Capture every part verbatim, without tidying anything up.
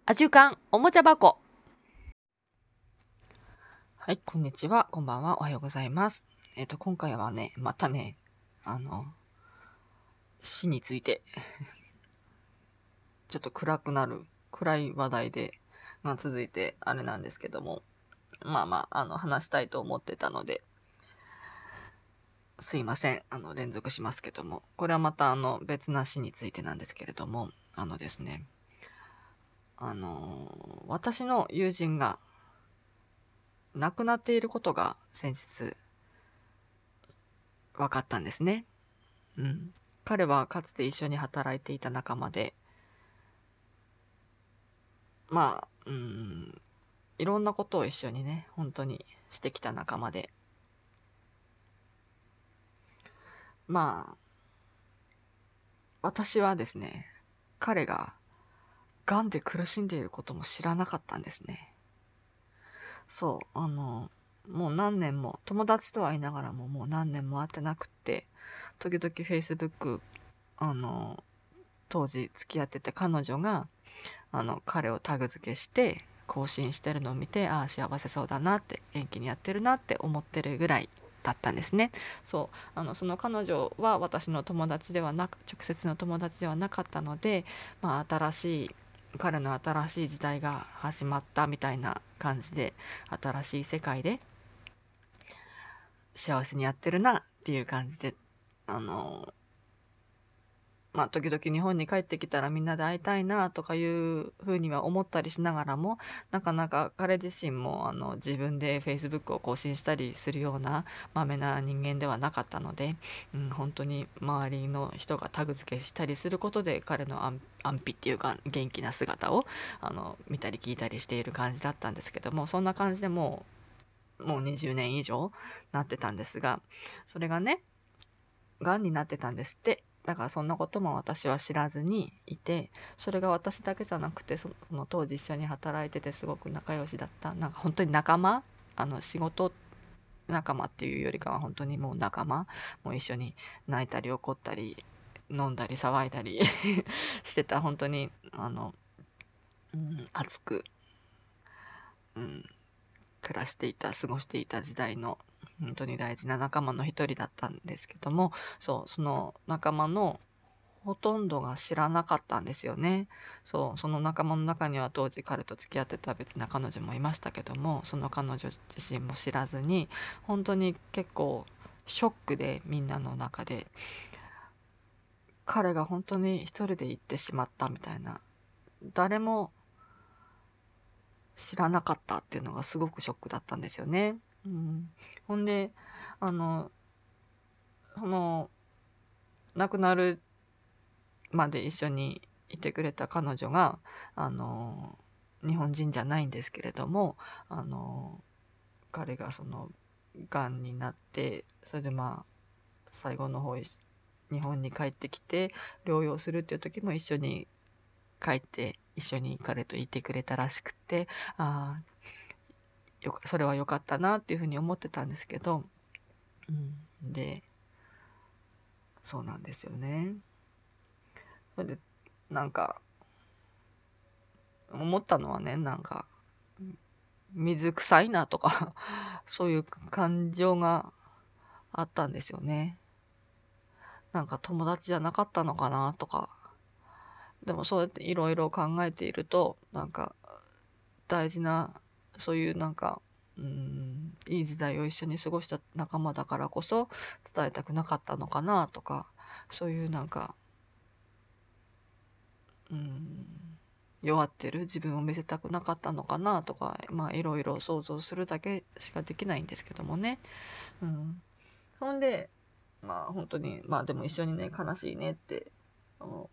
アジュカンおもちゃ箱。はい、こんにちは、こんばんは、おはようございます。えっと、今回はね、またね、あの、死について、ちょっと暗くなる、暗い話題で、まあ、続いて、あれなんですけども、まあまあ、あの、話したいと思ってたので、すいません、あの、連続しますけども、これはまた、あの、別な死についてなんですけれども、あのですね、あの、私の友人が亡くなっていることが先日、分かったんですね。うん。彼はかつて一緒に働いていた仲間で、まあ、うん、いろんなことを一緒にね、本当にしてきた仲間で、まあ、私はですね、彼が癌で苦しんでいることも知らなかったんですね。そう、あの、もう何年も、友達とは言いながらももう何年も会ってなくって、時々 Facebook、あの、当時付き合ってて彼女が、あの彼をタグ付けして更新してるのを見て、ああ幸せそうだなって、元気にやってるなって思ってるぐらいだったんですね。そうあのその彼女は私の友達ではなく、直接の友達ではなかったので、まあ新しい彼の新しい時代が始まったみたいな感じで、新しい世界で幸せにやってるなっていう感じで、あのまあ、時々日本に帰ってきたらみんなで会いたいなとかいうふうには思ったりしながらも、なかなか彼自身もあの自分で Facebook を更新したりするようなまめな人間ではなかったので、うん、本当に周りの人がタグ付けしたりすることで彼の安安否っていうか元気な姿をあの見たり聞いたりしている感じだったんですけども、そんな感じでもうもうにじゅうねん以上なってたんですが、それがね、がんになってたんですって。だからそんなことも私は知らずにいて、それが私だけじゃなくて、その当時一緒に働いててすごく仲良しだった、なんか本当に仲間、あの仕事仲間っていうよりかは本当にもう仲間、もう一緒に泣いたり怒ったり飲んだり騒いだりしてた、本当にあの、うん、熱く、うん、暮らしていた、過ごしていた時代の本当に大事な仲間の一人だったんですけども、そう、その仲間のほとんどが知らなかったんですよね。そう、その仲間の中には当時彼と付き合ってた別な彼女もいましたけども、その彼女自身も知らずに、本当に結構ショックで、みんなの中で彼が本当に一人で行ってしまったみたいな、誰も知らなかったっていうのがすごくショックだったんですよね。うん、ほんで、あのその亡くなるまで一緒にいてくれた彼女が、あの日本人じゃないんですけれども、あの彼がそのがんになって、それでまあ最後の方日本に帰ってきて療養するっていう時も一緒に帰って一緒に彼といてくれたらしくて、ああよかそれは良かったなっていうふうに思ってたんですけど、うん、でそうなんですよね。それでなんか思ったのはね、なんか水臭いなとかそういう感情があったんですよね。なんか友達じゃなかったのかなとか。でもそうやっていろいろ考えていると、なんか大事な、そういうなんか、うん、いい時代を一緒に過ごした仲間だからこそ伝えたくなかったのかなとか、そういうなんか、うん、弱ってる自分を見せたくなかったのかなとか、まあいろいろ想像するだけしかできないんですけどもね。うん、そんでまあ本当に、まあでも一緒にね、悲しいねって、あの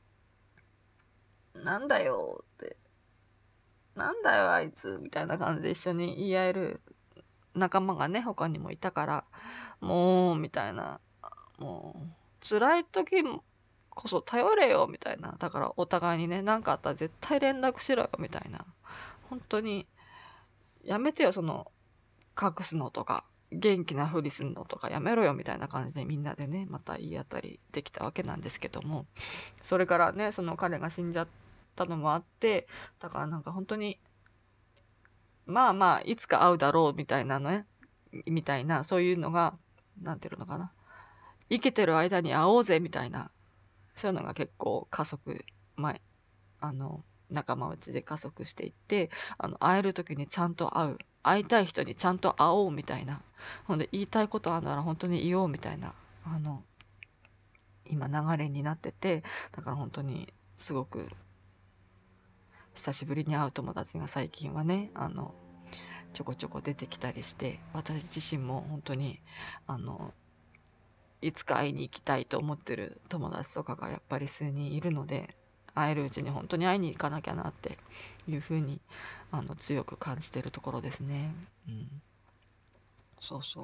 なんだよって、なんだよあいつみたいな感じで一緒に言い合える仲間がね、他にもいたから、もうみたいな、もう辛い時こそ頼れよみたいな、だからお互いにね、何かあったら絶対連絡しろよみたいな、本当にやめてよその隠すのとか元気なふりすんのとかやめろよみたいな感じでみんなでね、また言い当たりできたわけなんですけども、それからね、その彼が死んじゃっったのもあって、だからなんか本当に、まあまあ、いつか会うだろうみたいなね、みたいな、そういうのが、なんていうのかな。生きてる間に会おうぜみたいな、そういうのが結構加速、前、あの、仲間内で加速していって、あの、会える時にちゃんと会う。会いたい人にちゃんと会おうみたいな。ほんで、言いたいことあるなら本当に言おうみたいな、あの、今流れになってて、だから本当にすごく久しぶりに会う友達が最近はね、あの、ちょこちょこ出てきたりして、私自身も本当に、あの、いつか会いに行きたいと思ってる友達とかがやっぱり数人いるので、会えるうちに本当に会いに行かなきゃなっていうふうに、あの、強く感じてるところですね。うん。そうそう。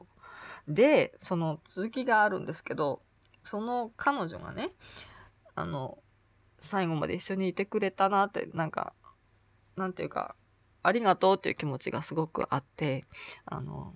で、その続きがあるんですけど、その彼女がね、あの、最後まで一緒にいてくれたなって、なんか、なんていうか、ありがとうっていう気持ちがすごくあって、あの、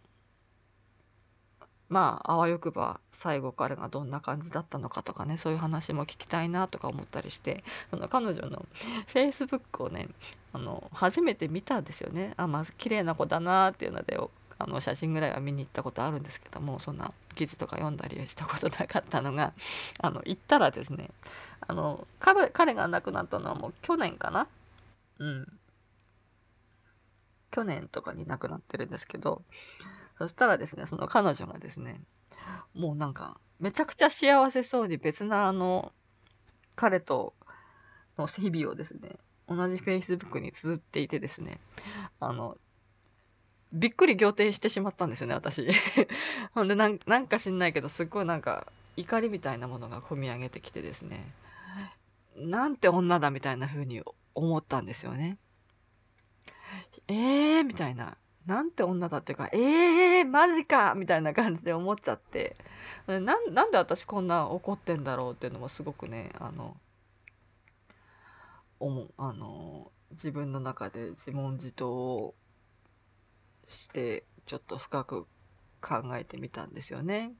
まあ、あわよくば最後彼がどんな感じだったのかとかね、そういう話も聞きたいなとか思ったりして、その彼女の Facebook をね、あの、初めて見たんですよね。あ、まあ、綺麗な子だなっていうので、あの、写真ぐらいは見に行ったことあるんですけども、そんな記事とか読んだりしたことなかったのが、あの、行ったらですね、あの、彼、彼が亡くなったのはもう去年かな。うん。去年とかに亡くなってるんですけど、そしたらですね、その彼女がですね、もうなんか、めちゃくちゃ幸せそうに別なあの、彼との日々をですね、同じ Facebook に綴っていてですね、あの、びっくり仰天してしまったんですよね、私。ほんでなん、なんか知んないけど、すっごいなんか、怒りみたいなものが込み上げてきてですね、なんて女だみたいな風に思ったんですよね。えーみたいな。なんて女だっていうか、えーマジかみたいな感じで思っちゃって。なん、なんで私こんな怒ってんだろうっていうのもすごくね、あの、思う、あの、自分の中で自問自答をして、ちょっと深く考えてみたんですよね。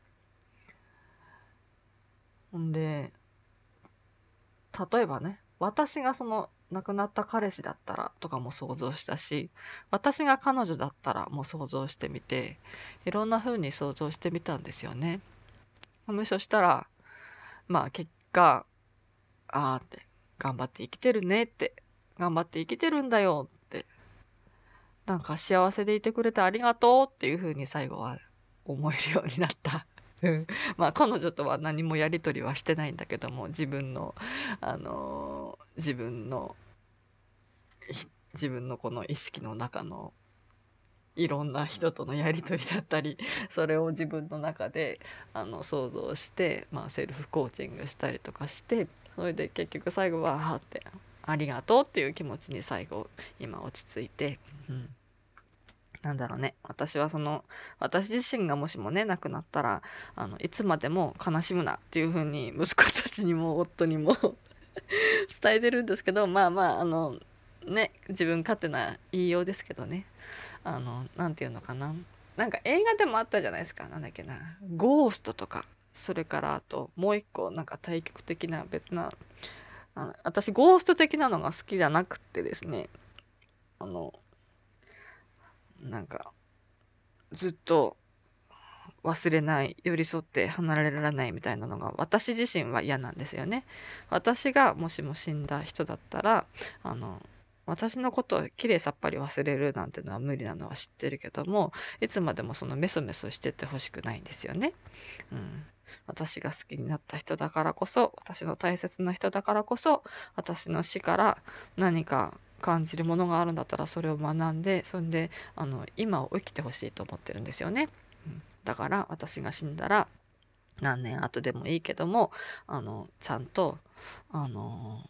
ほんで、例えばね、私がその亡くなった彼氏だったらとかも想像したし、私が彼女だったらも想像してみて、いろんな風に想像してみたんですよね。むしろしたら、まあ結果、あーって、頑張って生きてるねって、頑張って生きてるんだよって、なんか幸せでいてくれてありがとうっていう風に最後は思えるようになった。うん、まあ彼女とは何もやり取りはしてないんだけども、自分の、あのー自分の、自分のこの意識の中のいろんな人とのやり取りだったり、それを自分の中であの想像して、まあ、セルフコーチングしたりとかして、それで結局最後は「あ」って「ありがとう」っていう気持ちに最後今落ち着いて、うん、なんだろうね、私はその私自身がもしもね亡くなったら、あのいつまでも悲しむなっていう風に息子たちにも夫にも伝えてるんですけど、まあまああのね、自分勝手な言いようですけどね、あの、なんていうのかな。なんか映画でもあったじゃないですか。なんだっけな。ゴーストとか。それからあと、もう一個、なんか対極的な別な、あの、私、ゴースト的なのが好きじゃなくってですね。あの、なんか、ずっと忘れない、寄り添って離れられないみたいなのが、私自身は嫌なんですよね。私がもしも死んだ人だったら、あの、私のことをきれいさっぱり忘れるなんてのは無理なのは知ってるけども、いつまでもそのメソメソしててほしくないんですよね。うん。私が好きになった人だからこそ、私の大切な人だからこそ、私の死から何か感じるものがあるんだったらそれを学んで、そんで、あの、今を生きてほしいと思ってるんですよね。うん、だから私が死んだら、何年後でもいいけども、あの、ちゃんと、あの、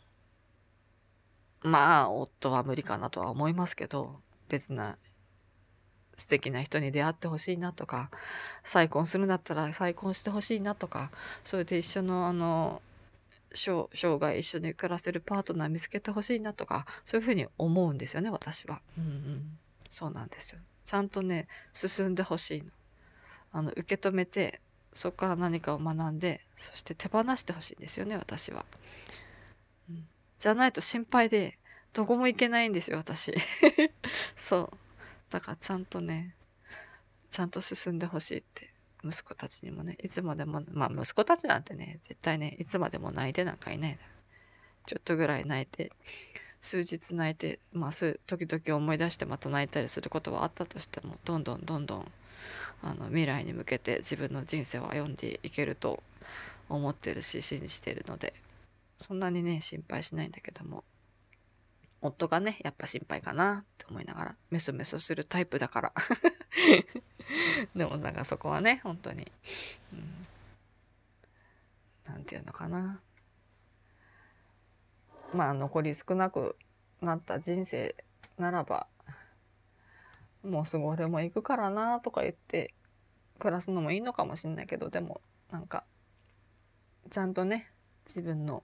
まあ、夫は無理かなとは思いますけど、別な素敵な人に出会ってほしいなとか、再婚するんだったら再婚してほしいなとか、それで一緒のあの、生生涯一緒に暮らせるパートナー見つけてほしいなとか、そういうふうに思うんですよね、私は。うんうん。そうなんですよ。ちゃんとね、進んでほしいの。あの、受け止めて、そこから何かを学んで、そして手放してほしいんですよね、私は。うん、じゃないと心配で、 どこも行けないんですよ、私。そう。だからちゃんとね、ちゃんと進んでほしいって、息子たちにもね、いつまでも、まあ息子たちなんてね、絶対ね、いつまでも泣いてなんかいないの。ちょっとぐらい泣いて、数日泣いて、まあす、時々思い出してまた泣いたりすることはあったとしても、どんどんどんどん、あの、未来に向けて自分の人生を歩んでいけると思ってるし、信じてるので、そんなにね、心配しないんだけども、夫がね、やっぱ心配かなって思いながら、メソメソするタイプだから。でもなんかそこはね、本当に、うん、なんていうのかな。まあ残り少なくなった人生ならば、もうすぐ俺も行くからなとか言って暮らすのもいいのかもしれないけど、でもなんかちゃんとね、自分の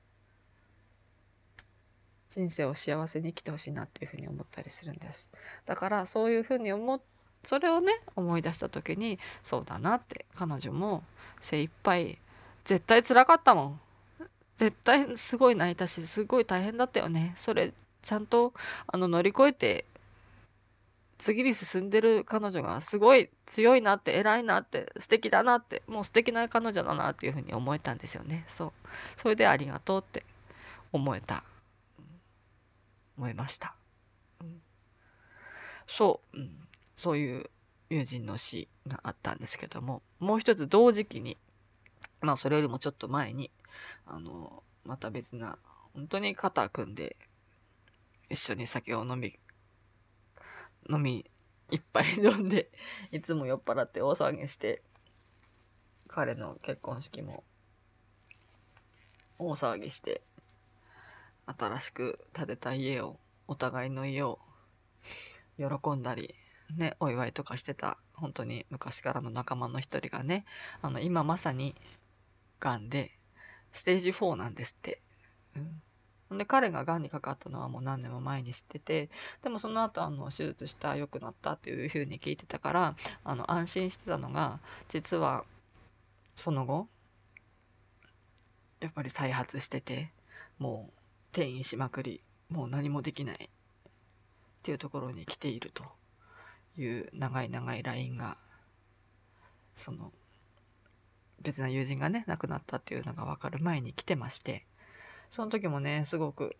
人生を幸せに生きてほしいなっていうふうに思ったりするんです。だからそういうふうに思っそれをね思い出した時に、そうだなって、彼女も精一杯絶対辛かったもん、絶対すごい泣いたし、すごい大変だったよね、それちゃんとあの乗り越えて次に進んでる彼女がすごい強いなって、偉いなって、素敵だなって、もう素敵な彼女だなっていうふうに思えたんですよね。そう、それでありがとうって思えた、思いました。うん、そう、うん、そういう友人の死があったんですけども、もう一つ同時期に、まあそれよりもちょっと前に、あの、また別な、本当に肩組んで、一緒に酒を飲み、飲み、いっぱい飲んで、いつも酔っ払って大騒ぎして、彼の結婚式も大騒ぎして、新しく建てた家を、お互いの家を喜んだり、ね、お祝いとかしてた、本当に昔からの仲間の一人がね、あの、今まさに、癌で、ステージフォーなんですって。うん。で、彼が癌にかかったのはもう何年も前に知ってて、でもその後、あの、手術した良くなったっていう風に聞いてたから、あの、安心してたのが、実は、その後、やっぱり再発してて、もう、転移しまくり、もう何もできないっていうところに来ているという長い長いラインが、その、別な友人がね、亡くなったっていうのが分かる前に来てまして、その時もね、すごく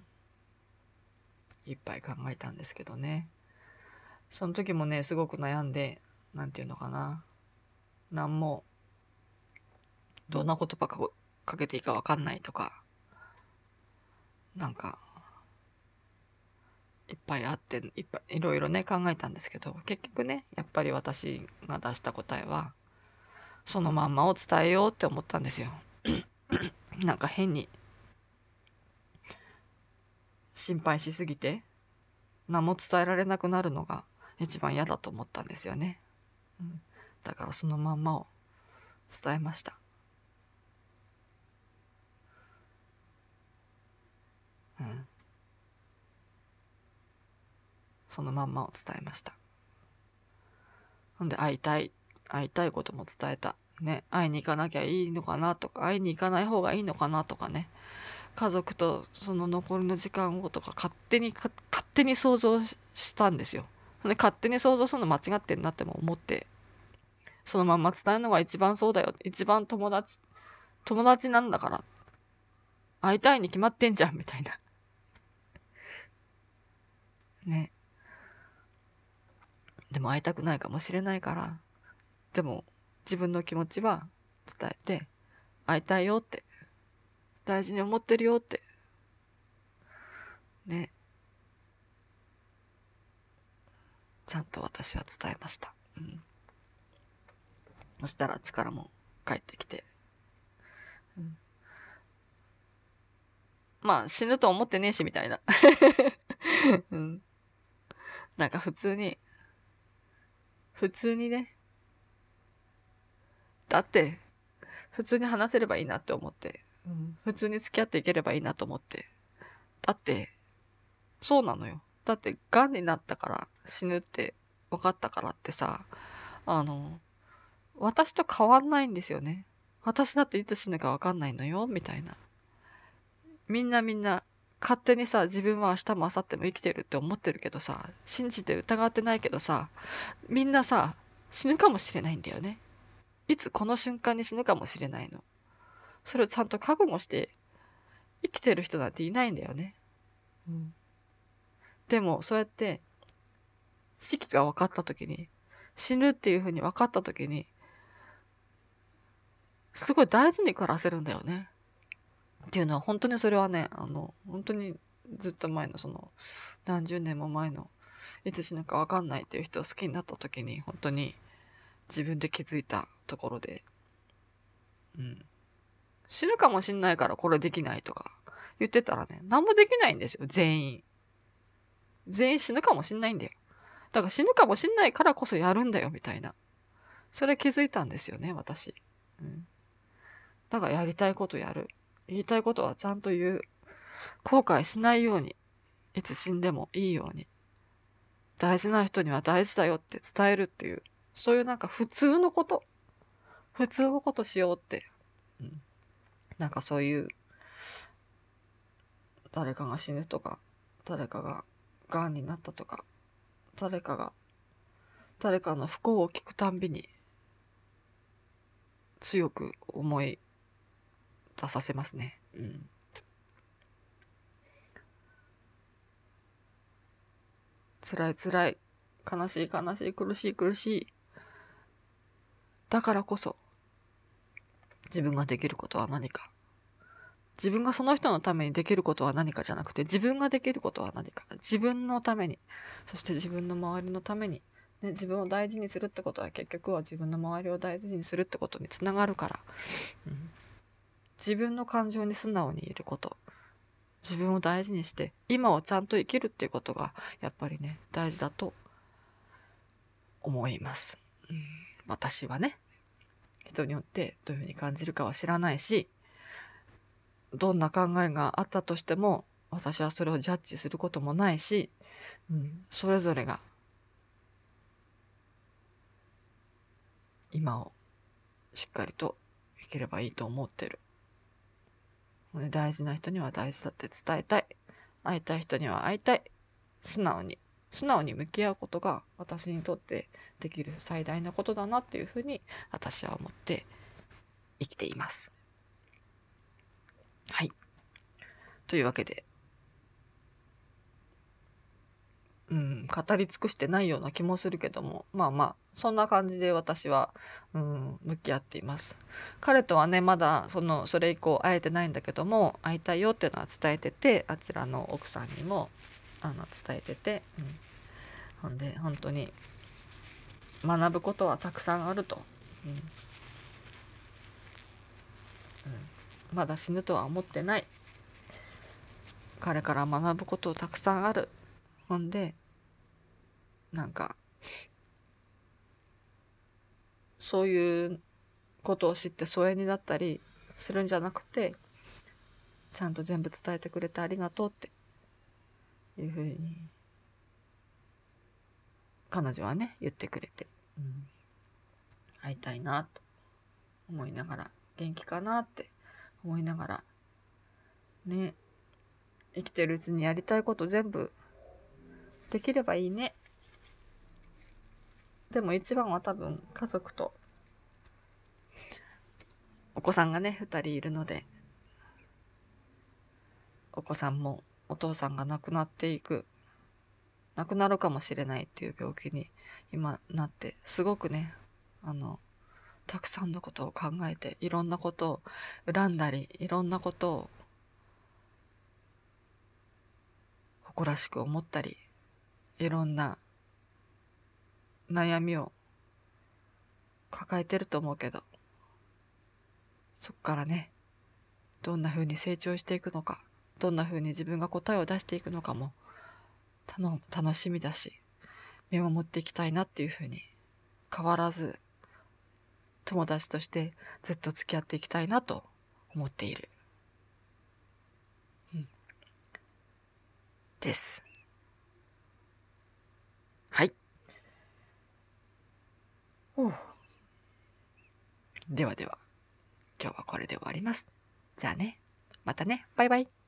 いっぱい考えたんですけどね。その時もね、すごく悩んで、なんていうのかな。なんも、どんな言葉かかけていいか分かんないとか、なんか、いっぱいあって、いっぱいいろいろね、考えたんですけど、結局ね、やっぱり私が出した答えは、そのまんまを伝えようって思ったんですよ。なんか変に心配しすぎて、何も伝えられなくなるのが一番嫌だと思ったんですよね。うん、だからそのまんまを伝えました。うん、そのまんまを伝えました。ほんで会いたい、会いたいことも伝えた。ね、会いに行かなきゃいいのかなとか、会いに行かない方がいいのかなとかね。家族とその残りの時間をとか勝手に勝手に想像したんですよ。で勝手に想像するの間違ってんなっても思って、そのまんま伝えるのが一番そうだよ。一番友達、友達なんだから。会いたいに決まってんじゃん、みたいな。ね。でも会いたくないかもしれないから、でも自分の気持ちは伝えて、会いたいよって、大事に思ってるよって、ね。ちゃんと私は伝えました。うん。そしたら力も帰ってきて。うん、まあ死ぬと思ってねえし、みたいな。うん。なんか普通に、普通にね。だって、普通に話せればいいなって思って。うん、普通に付き合っていければいいなと思って。だって、そうなのよ。だって、癌になったから死ぬって分かったからってさ、あの、私と変わんないんですよね。私だっていつ死ぬか分かんないのよ、みたいな。みんなみんな勝手にさ、自分は明日も明後日も生きてるって思ってるけどさ、信じて疑ってないけどさ、みんなさ、死ぬかもしれないんだよね。いつこの瞬間に死ぬかもしれないの。それをちゃんと覚悟して生きてる人なんていないんだよね。うん。でも、そうやって、死期が分かった時に、死ぬっていう風に分かった時に、すごい大事に暮らせるんだよね。っていうのは、本当にそれはね、あの、本当にずっと前のその、何十年も前の、いつ死ぬか分かんないっていう人を好きになった時に、本当に自分で気づいたところで、うん。死ぬかもしんないからこれできないとか言ってたらね、何もできないんですよ、全員。全員死ぬかもしんないんだよ。だから死ぬかもしんないからこそやるんだよ、みたいな。それ気づいたんですよね、私。うん。だからやりたいことやる。言いたいことはちゃんと言う。後悔しないように。いつ死んでもいいように。大事な人には大事だよって伝えるっていう。そういうなんか普通のこと。普通のことしようって。うん。なんかそういう、誰かが死ぬとか、誰かが癌になったとか、誰かが、誰かの不幸を聞くたんびに、強く思い出させますね。うん。辛い辛い。悲しい悲しい。苦しい苦しい。だからこそ、自分ができることは何か。自分がその人のためにできることは何かじゃなくて、自分ができることは何か。自分のために。そして自分の周りのために。ね、自分を大事にするってことは結局は自分の周りを大事にするってことにつながるから。うん、自分の感情に素直にいること。自分を大事にして、今をちゃんと生きるっていうことが、やっぱりね、大事だと思います。うん、私はね、人によってどういうふうに感じるかは知らないし、どんな考えがあったとしても、私はそれをジャッジすることもないし、うん、それぞれが今をしっかりと生きればいいと思ってる。大事な人には大事だって伝えたい。会いたい人には会いたい。素直に、素直に向き合うことが私にとってできる最大のことだなっていうふうに私は思って生きています。はい。というわけで、うん、語り尽くしてないような気もするけども、まあまあ、そんな感じで私は、うん、向き合っています。彼とはね、まだ、その、それ以降会えてないんだけども、会いたいよっていうのは伝えてて、あちらの奥さんにも、あの、伝えてて、うん。ほんで、本当に、学ぶことはたくさんあると。うん。うん、まだ死ぬとは思ってない。彼から学ぶことたくさんある。ほんで、なんか、そういうことを知って疎遠になったりするんじゃなくて、ちゃんと全部伝えてくれてありがとうっていうふうに彼女はね言ってくれて、うん、会いたいなと思いながら、元気かなって思いながらね、生きてるうちにやりたいこと全部できればいいね。でも一番は多分家族とお子さんがねふたりいるので、お子さんもお父さんが亡くなっていく、亡くなるかもしれないっていう病気に今なって、すごくね、あのたくさんのことを考えて、いろんなことを恨んだり、いろんなことを誇らしく思ったり、いろんな悩みを抱えてると思うけど、そっからね、どんな風に成長していくのか、どんな風に自分が答えを出していくのかも楽しみだし、見守っていきたいなっていう風に、変わらず友達としてずっと付き合っていきたいなと思っている、うん、です。はい。おう。ではでは、今日はこれで終わります。じゃあね。またね。バイバイ。